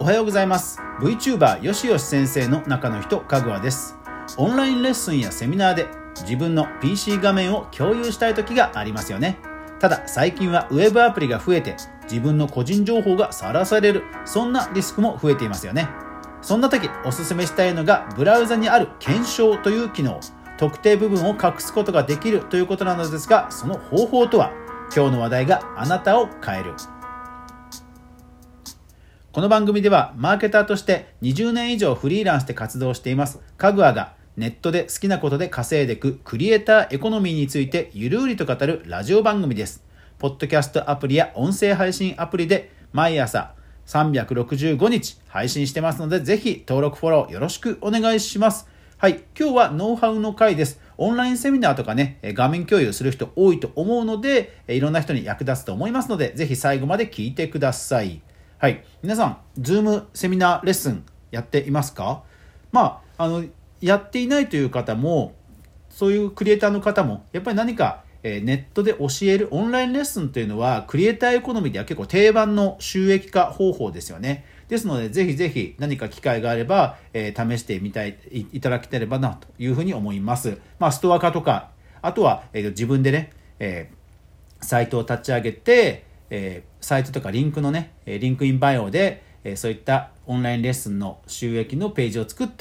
おはようございます。 VTuber よしよし先生の中の人、かぐわです。オンラインレッスンやセミナーで自分の PC 画面を共有したい時がありますよね。ただ最近はウェブアプリが増えて自分の個人情報がさらされる、そんなリスクも増えていますよね。そんな時おすすめしたいのがブラウザにある検証という機能。特定部分を隠すことができるということなのですが、その方法とは？今日の話題があなたを変える。この番組ではマーケターとして20年以上フリーランスで活動していますかぐわが、ネットで好きなことで稼いでいくクリエイターエコノミーについてゆるりと語るラジオ番組です。ポッドキャストアプリや音声配信アプリで毎朝365日配信してますので、ぜひ登録フォローよろしくお願いします。はい、今日はノウハウの回です。オンラインセミナーとかね、画面共有する人多いと思うので、いろんな人に役立つと思いますので、ぜひ最後まで聞いてください。はい、皆さん、Zoom セミナーレッスンやっていますか？やっていないという方も、そういうクリエイターの方も、やっぱり何かネットで教えるオンラインレッスンというのは、クリエイターエコノミーでは結構定番の収益化方法ですよね。ですので、ぜひぜひ何か機会があれば、試していただければなというふうに思います。ストア化とか、あとは、自分でね、サイトを立ち上げて、サイトとかリンクのね、リンクインバイオで、そういったオンラインレッスンの収益のページを作って、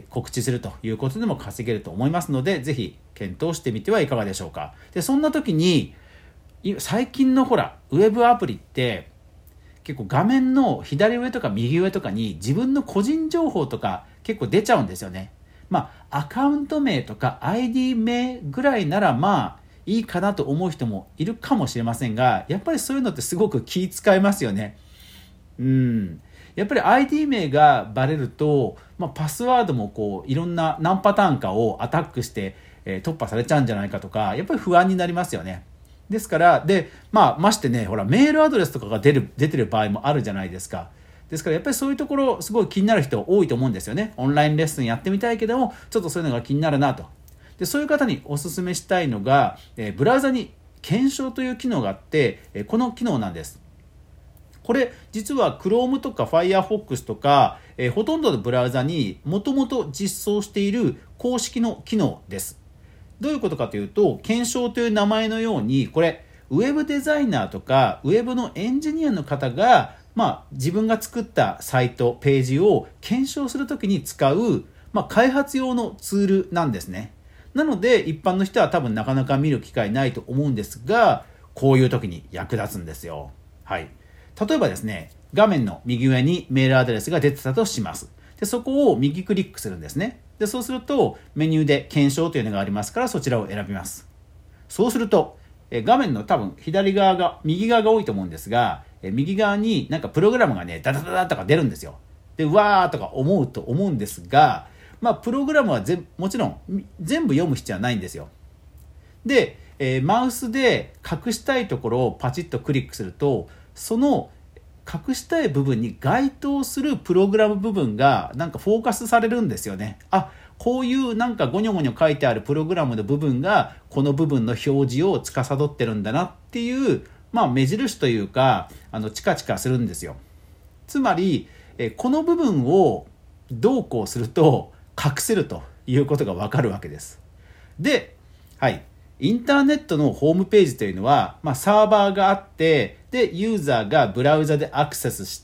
告知するということでも稼げると思いますので、ぜひ検討してみてはいかがでしょうか。で、そんな時に最近のウェブアプリって結構画面の左上とか右上とかに自分の個人情報とか結構出ちゃうんですよね。アカウント名とか ID 名ぐらいならいいかなと思う人もいるかもしれませんが、やっぱりそういうのってすごく気遣いますよね。やっぱり ID 名がバレると、パスワードもいろんな何パターンかをアタックして、突破されちゃうんじゃないかとか、やっぱり不安になりますよね。ですからましてね、メールアドレスとかが出てる場合もあるじゃないですか。ですからやっぱりそういうところすごい気になる人多いと思うんですよね。オンラインレッスンやってみたいけども、ちょっとそういうのが気になるなと。で、そういう方にお勧めしたいのが、ブラウザに検証という機能があって、この機能なんです。これ実は Chrome とか Firefox とか、ほとんどのブラウザにもともと実装している公式の機能です。どういうことかというと、検証という名前のように、これウェブデザイナーとかウェブのエンジニアの方が、自分が作ったサイトページを検証するときに使う、開発用のツールなんですね。なので一般の人は多分なかなか見る機会ないと思うんですが、こういう時に役立つんですよ。はい。例えばですね、画面の右上にメールアドレスが出てたとします。で、そこを右クリックするんですね。で、そうするとメニューで検証というのがありますから、そちらを選びます。そうすると画面の多分右側が多いと思うんですが、右側になんかプログラムがね、ダダダダとか出るんですよ。で、うわーとか思うんですが、プログラムはもちろん全部読む必要はないんですよ。で、マウスで隠したいところをパチッとクリックすると、その隠したい部分に該当するプログラム部分がなんかフォーカスされるんですよね。こういうなんかゴニョゴニョ書いてあるプログラムの部分がこの部分の表示を司ってるんだなっていう、目印というか、チカチカするんですよ。つまり、この部分をどうこうすると隠せるということがわかるわけです。で、はい。インターネットのホームページというのは、サーバーがあって、で、ユーザーがブラウザでアクセスして、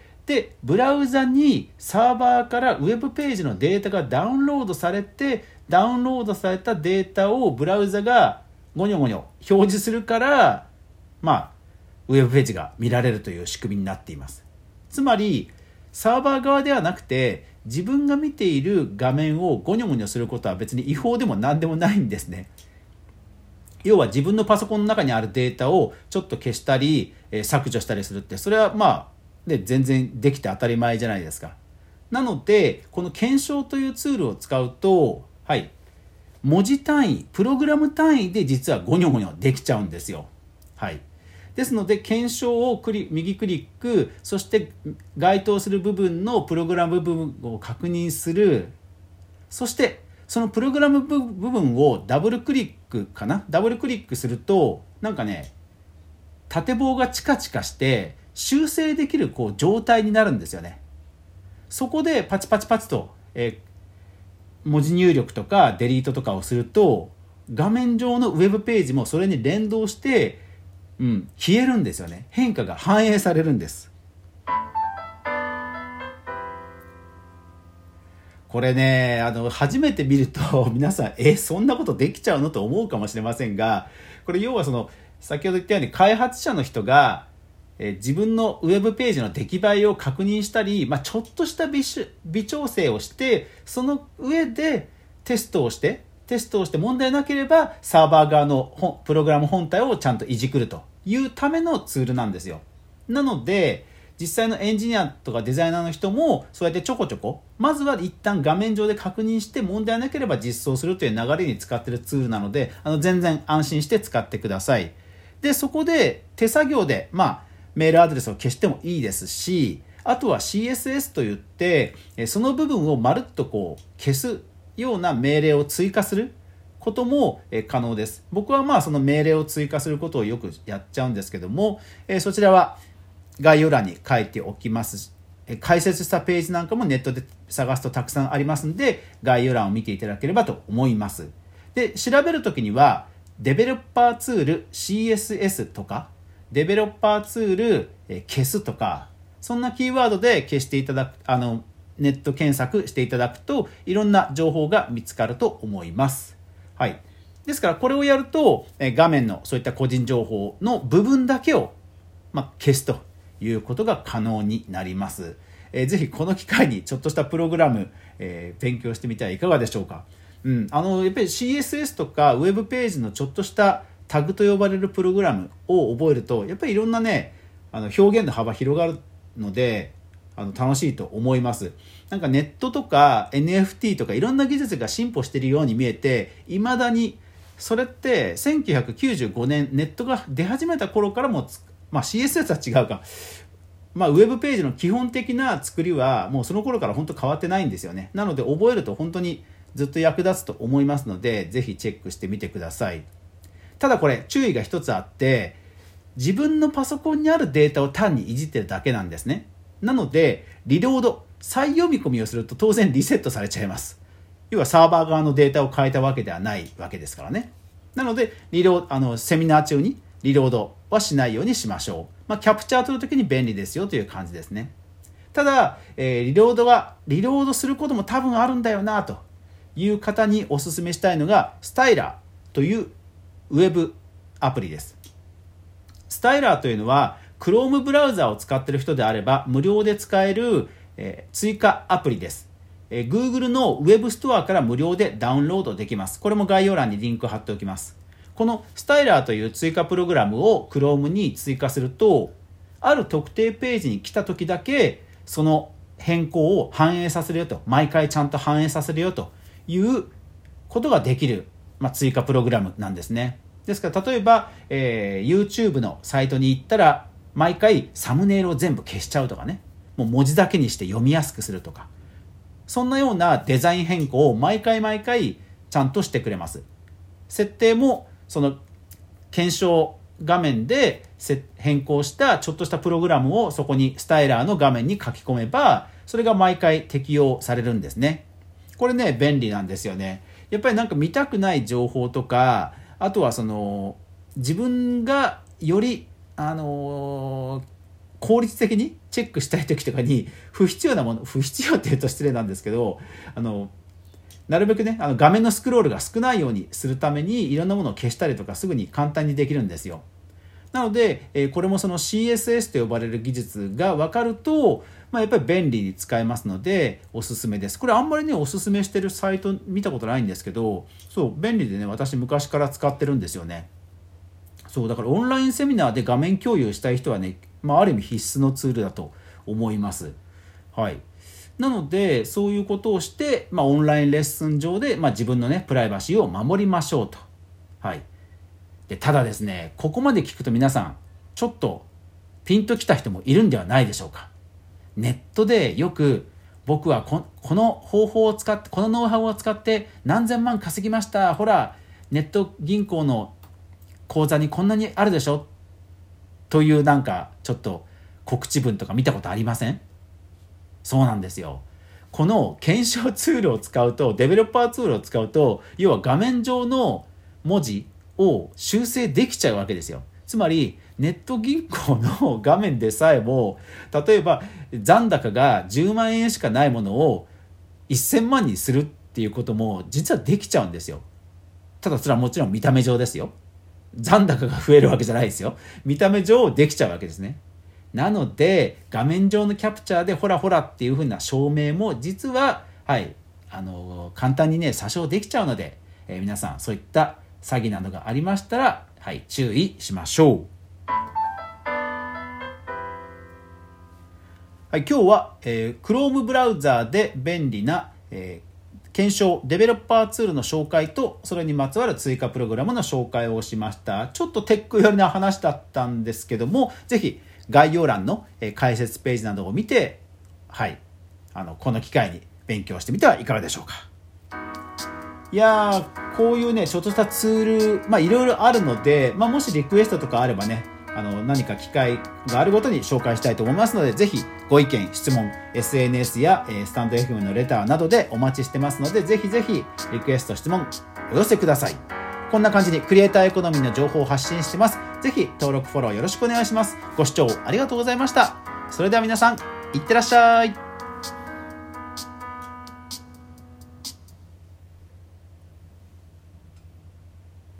で、ブラウザにサーバーからウェブページのデータがダウンロードされて、ダウンロードされたデータをブラウザがゴニョゴニョ表示するから、ウェブページが見られるという仕組みになっています。つまり、サーバー側ではなくて、自分が見ている画面をゴニョゴニョすることは別に違法でも何でもないんですね。要は自分のパソコンの中にあるデータをちょっと消したり、削除したりするって、それは全然できて当たり前じゃないですか。なのでこの検証というツールを使うと、文字単位、プログラム単位で実はゴニョゴニョできちゃうんですよ。ですので検証を右クリック、そして該当する部分のプログラム部分を確認する。そしてそのプログラム部分をダブルクリックすると、なんかね、縦棒がチカチカして修正できる状態になるんですよね。そこでパチパチパチと、文字入力とかデリートとかをすると、画面上のウェブページもそれに連動して、消えるんですよね。変化が反映されるんです。これね、初めて見ると皆さん、そんなことできちゃうのと思うかもしれませんが、これ要は先ほど言ったように開発者の人が、自分のウェブページの出来栄えを確認したり、ちょっとした微調整をして、その上でテストをして問題なければサーバー側のプログラム本体をちゃんといじくるというためのツールなんですよ。なので実際のエンジニアとかデザイナーの人もそうやってちょこちょこまずは一旦画面上で確認して問題なければ実装するという流れに使っているツールなので、全然安心して使ってください。でそこで手作業でメールアドレスを消してもいいですし、あとは CSS といってその部分をまるっと消すような命令を追加することも可能です。僕はその命令を追加することをよくやっちゃうんですけども、そちらは概要欄に書いておきますし、解説したページなんかもネットで探すとたくさんありますので、概要欄を見ていただければと思います。で調べるときにはデベロッパーツール CSS とかデベロッパーツール消すとか、そんなキーワードで消していただく、ネット検索していただくといろんな情報が見つかると思います。はい。ですからこれをやると画面のそういった個人情報の部分だけを消すということが可能になります。ぜひこの機会にちょっとしたプログラム、勉強してみてはいかがでしょうか。やっぱり CSS とかウェブページのちょっとしたタグと呼ばれるプログラムを覚えるとやっぱりいろんなね表現の幅広がるので楽しいと思います。なんかネットとか NFT とかいろんな技術が進歩しているように見えて、いまだにそれって1995年ネットが出始めた頃からもCSS は違うか、ウェブページの基本的な作りはもうその頃から本当変わってないんですよね。なので覚えると本当にずっと役立つと思いますので、ぜひチェックしてみてください。ただこれ注意が一つあって、自分のパソコンにあるデータを単にいじってるだけなんですね。なのでリロード、再読み込みをすると当然リセットされちゃいます。要はサーバー側のデータを変えたわけではないわけですからね。なのでセミナー中にリロードはしないようにしましょう。キャプチャー取るときに便利ですよという感じですね。ただ、リロードすることも多分あるんだよなという方にお勧めしたいのがスタイラーというウェブアプリです。スタイラーというのは Chrome ブラウザを使っている人であれば無料で使える、追加アプリです。Google のウェブストアから無料でダウンロードできます。これも概要欄にリンク貼っておきます。このスタイラーという追加プログラムを Chrome に追加すると、ある特定ページに来た時だけその変更を反映させるよと、毎回ちゃんと反映させるよということができる、追加プログラムなんですね。ですから例えば、YouTube のサイトに行ったら毎回サムネイルを全部消しちゃうとかね、もう文字だけにして読みやすくするとか、そんなようなデザイン変更を毎回ちゃんとしてくれます。設定もその検証画面で変更したちょっとしたプログラムをそこにスタイラーの画面に書き込めば、それが毎回適用されるんですね。これね、便利なんですよね。やっぱりなんか見たくない情報とか、あとは自分がより効率的にチェックしたい時とかに不必要って言うと失礼なんですけど、なるべくね画面のスクロールが少ないようにするためにいろんなものを消したりとかすぐに簡単にできるんですよ。なので、これもその CSS と呼ばれる技術が分かると、やっぱり便利に使えますのでおすすめです。これあんまりねおすすめしてるサイト見たことないんですけど、そう便利でね、私昔から使ってるんですよね。そうだからオンラインセミナーで画面共有したい人はね、ある意味必須のツールだと思います。はい。なのでそういうことをして、オンラインレッスン上で、自分のねプライバシーを守りましょうと。はい。でただですね、ここまで聞くと皆さんちょっとピンときた人もいるんではないでしょうか。ネットでよく僕はこの方法を使って、このノウハウを使って何千万稼ぎました、ほらネット銀行の口座にこんなにあるでしょというなんかちょっと告知文とか見たことありません？そうなんですよ。この検証ツールを使うと、デベロッパーツールを使うと、要は画面上の文字を修正できちゃうわけですよ。つまりネット銀行の画面でさえも、例えば残高が10万円しかないものを1000万にするっていうことも実はできちゃうんですよ。ただそれはもちろん見た目上ですよ。残高が増えるわけじゃないですよ。見た目上できちゃうわけですね。なので画面上のキャプチャーでほらほらっていう風な証明も実は、簡単にね詐称できちゃうので、皆さんそういった詐欺などがありましたら、注意しましょう。今日は、Chrome ブラウザーで便利な、検証デベロッパーツールの紹介と、それにまつわる追加プログラムの紹介をしました。ちょっとテック寄りな話だったんですけども、ぜひ概要欄の解説ページなどを見て、この機会に勉強してみてはいかがでしょうか。いやー、こういうねちょっとしたツール、いろいろあるので、もしリクエストとかあればね、何か機会があるごとに紹介したいと思いますので、ぜひご意見質問 SNS やスタンド FM のレターなどでお待ちしてますので、ぜひぜひリクエスト質問お寄せください。こんな感じにクリエイターエコノミーの情報を発信してます。ぜひ登録フォローよろしくお願いします。ご視聴ありがとうございました。それでは皆さんいってらっしゃい。